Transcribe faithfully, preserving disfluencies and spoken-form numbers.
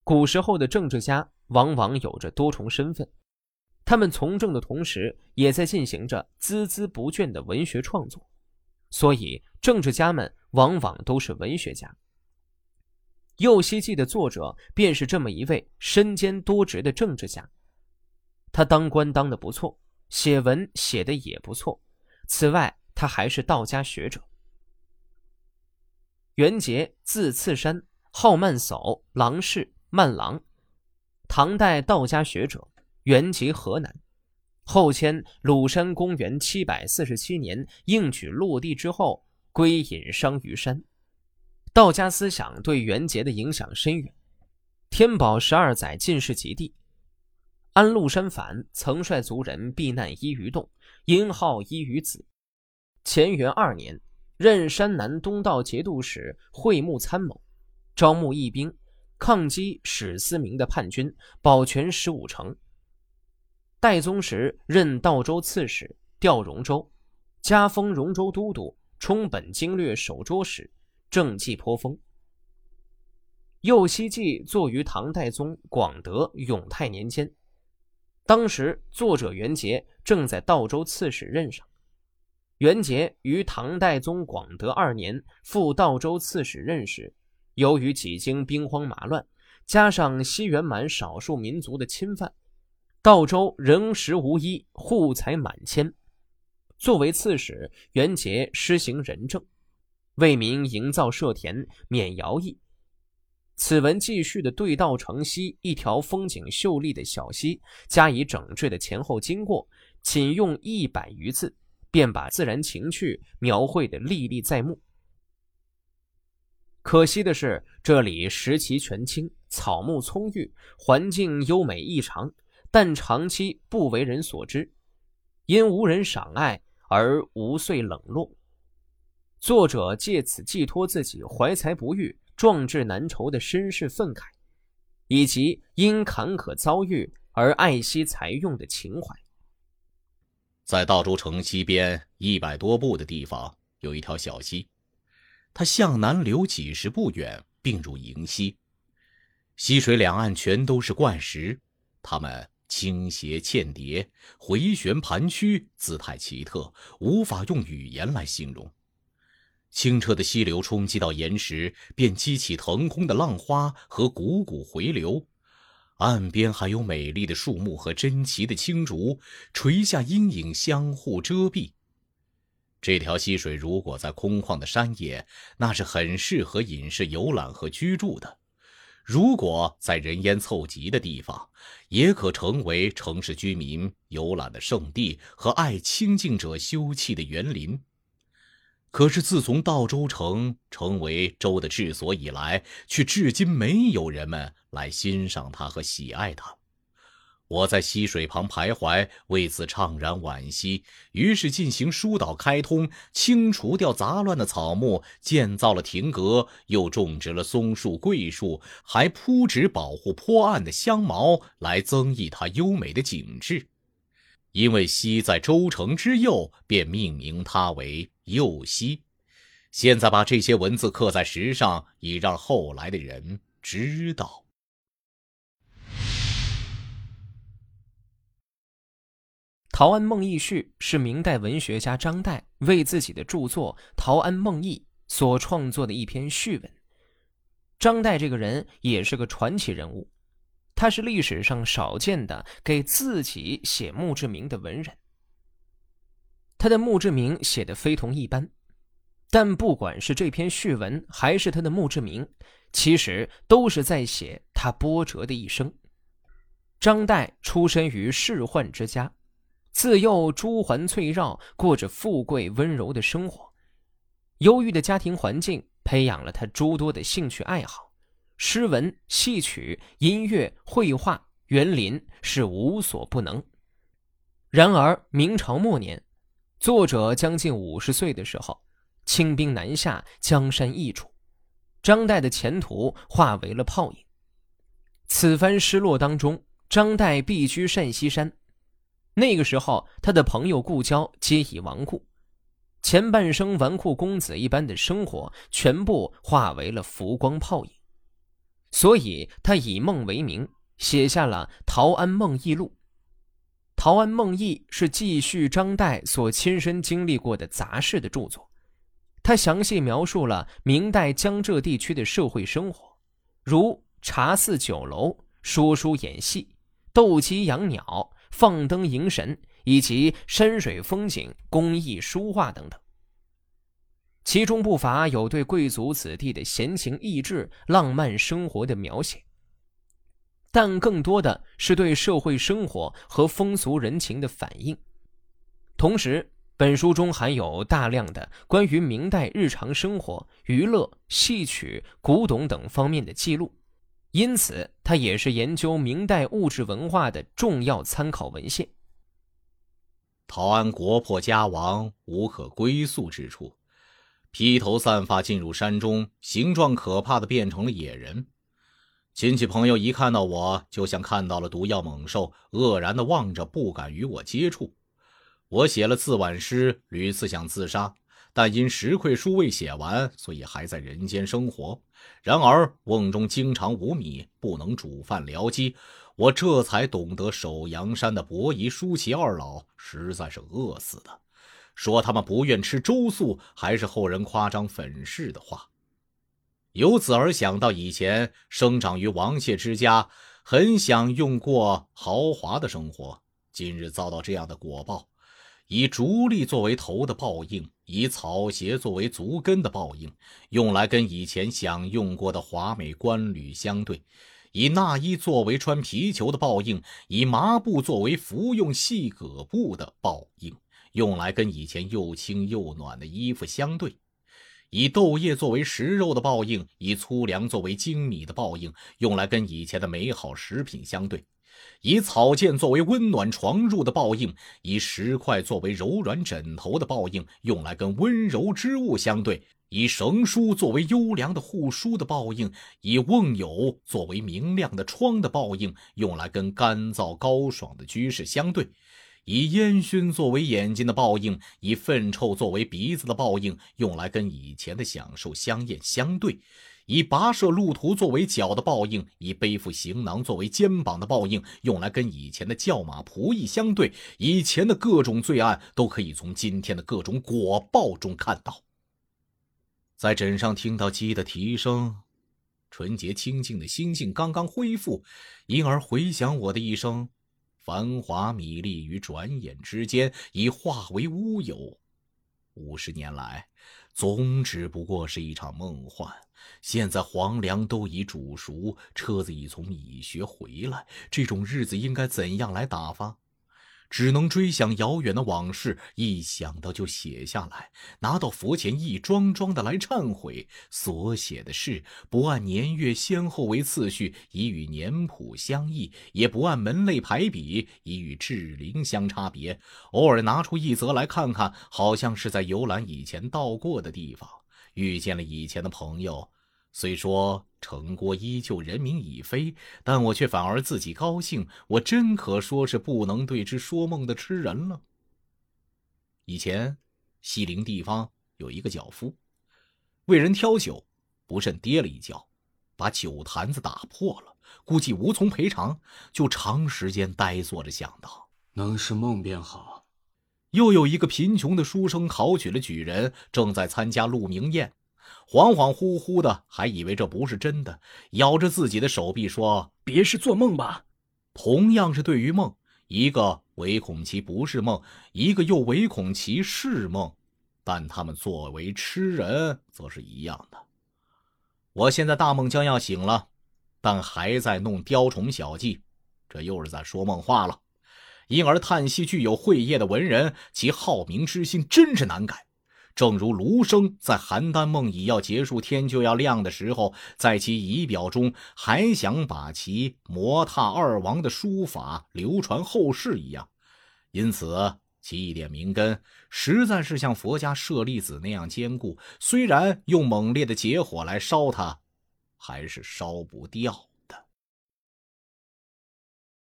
古时候的政治家往往有着多重身份，他们从政的同时也在进行着孜孜不倦的文学创作，所以政治家们往往都是文学家。右希记的作者便是这么一位身兼多职的政治家，他当官当得不错，写文写得也不错，此外他还是道家学者。元节字次山，号慢叟、郎氏、慢郎，唐代道家学者，原籍河南，后迁鲁山公元七百四十七年应举落地之后，归隐商于山。道家思想对元节的影响深远，天宝十二载进士及第，安禄山反曾率族人避难伊于洞，因号伊于子。乾元二年，任山南东道节度使、会幕参谋，招募义兵，抗击史思明的叛军，保全十五城。代宗时任道州刺史，调荣州，加封荣州都督，充本经略守捉使，政绩颇丰。右希记作于唐代宗广德、永泰年间，当时作者元节正在道州刺史任上。元节于唐代宗广德二年赴道州刺史任时，由于几经兵荒马乱，加上西元满少数民族的侵犯，道州人食无衣，户财满迁。作为刺史，元节施行仁政，为民营造社田，免徭役。此文记叙的对道城西一条风景秀丽的小溪加以整治的前后经过，仅用一百余字，便把自然情趣描绘得历历在目。可惜的是，这里石奇泉清，草木葱郁，环境优美异常，但长期不为人所知，因无人赏爱而无遂冷落。作者借此寄托自己怀才不遇、壮志难酬的身世愤慨，以及因坎坷遭遇而爱惜财用的情怀。 在道州城西边一百多步的地方有一条小溪，它向南流几十步远，并入营溪。溪水两岸全都是灌石，它们倾斜嵌叠，回旋盘曲，姿态奇特，无法用语言来形容。清澈的溪流冲击到岩石，便激起腾空的浪花和汩汩回流。岸边还有美丽的树木和珍奇的青竹，垂下阴影相互遮蔽。这条溪水如果在空旷的山野，那是很适合隐士游览和居住的；如果在人烟凑集的地方，也可成为城市居民游览的圣地和爱清静者休憩的园林。可是自从道州城成为州的治所以来，却至今没有人们来欣赏它和喜爱它。我在溪水旁徘徊，为此怅然惋惜，于是进行疏导开通，清除掉杂乱的草木，建造了亭阁，又种植了松树、桂树，还铺植保护坡岸的香茅，来增益它优美的景致。因为溪在州城之右，便命名它为右溪。现在把这些文字刻在石上，以让后来的人知道。 《陶庵梦忆序》是明代文学家张岱为自己的著作《陶庵梦忆》所创作的一篇序文。张岱这个人也是个传奇人物，他是历史上少见的给自己写墓志铭的文人。他的墓志铭写得非同一般，但不管是这篇序文还是他的墓志铭，其实都是在写他波折的一生。张岱出身于仕宦之家，自幼珠环翠绕，过着富贵温柔的生活。优裕的家庭环境培养了他诸多的兴趣爱好，诗文、戏曲、音乐、绘画、园林是无所不能。然而明朝末年，作者将近五十岁的时候，清兵南下，江山易主，张岱的前途化为了泡影。此番失落当中，张岱避居单溪山。那个时候，他的朋友故交皆已亡故，前半生纨绔公子一般的生活全部化为了浮光泡影。 所以他以梦为名，写下了《陶庵梦忆录》。《陶庵梦忆》是继续张岱所亲身经历过的杂事的著作，他详细描述了明代江浙地区的社会生活，如茶肆酒楼、说书演戏、斗鸡养鸟、放灯迎神，以及山水风景、工艺书画等等。其中不乏有对贵族子弟的闲情逸致、浪漫生活的描写，但更多的是对社会生活和风俗人情的反映。同时，本书中含有大量的关于明代日常生活、娱乐、戏曲、古董等方面的记录，因此它也是研究明代物质文化的重要参考文献。 陶庵国破家亡，无可归宿之处，披头散发进入山中，形状可怕的变成了野人。亲戚朋友一看到我，就像看到了毒药猛兽，愕然地望着，不敢与我接触。我写了自挽诗，屡次想自杀，但因石匮书未写完，所以还在人间生活。然而瓮中经常无米，不能煮饭疗饥，我这才懂得守阳山的伯夷、舒淇二老实在是饿死的。说他们不愿吃粥素，还是后人夸张粉饰的话。由此而想到以前生长于王谢之家，很想用过豪华的生活，今日遭到这样的果报，以竹笠作为头的报应，以草鞋作为足跟的报应，用来跟以前享用过的华美冠履相对，以纳衣作为穿皮裘的报应，以麻布作为服用细葛布的报应，用来跟以前又轻又暖的衣服相对，以豆叶作为食肉的报应，以粗粮作为精米的报应，用来跟以前的美好食品相对，以草箭作为温暖床褥的报应，以石块作为柔软枕头的报应，用来跟温柔之物相对，以绳书作为优良的护书的报应，以瓮友作为明亮的窗的报应，用来跟干燥高爽的居室相对，以烟熏作为眼睛的报应，以粪臭作为鼻子的报应，用来跟以前的享受香艳相对，以跋涉路途作为脚的报应，以背负行囊作为肩膀的报应，用来跟以前的叫马仆役相对，以前的各种罪案都可以从今天的各种果报中看到。在枕上听到鸡的啼声，纯洁清净的心境刚刚恢复，因而回想我的一生繁华米粒于转眼之间已化为乌有。五十年来总只不过是一场梦幻，现在黄粱都已煮熟，车子已从米穴回来，这种日子应该怎样来打发？只能追想遥远的往事，一想到就写下来，拿到佛前一桩桩的来忏悔。所写的事不按年月先后为次序，以与年谱相异，也不按门类排比，以与志龄相差别。偶尔拿出一则来看看，好像是在游览以前到过的地方，遇见了以前的朋友。虽说城郭依旧，人民已非，但我却反而自己高兴，我真可说是不能对之说梦的痴人了。以前西陵地方有一个脚夫，为人挑酒，不慎跌了一跤，把酒坛子打破了，估计无从赔偿，就长时间呆坐着想到， 能是梦便好。 又有一个贫穷的书生考取了举人，正在参加鹿鸣宴，恍恍惚惚的还以为这不是真的，咬着自己的手臂说， 别是做梦吧。 同样是对于梦，一个唯恐其不是梦，一个又唯恐其是梦，但他们作为痴人则是一样的。我现在大梦将要醒了，但还在弄雕虫小技，这又是在说梦话了。因而叹息具有慧业的文人，其好名之心真是难改。正如卢生在邯郸梦已要结束，天就要亮的时候，在其仪表中还想把其摩踏二王的书法流传后世一样，因此其一点名根实在是像佛家舍利子那样坚固，虽然用猛烈的劫火来烧它，还是烧不掉。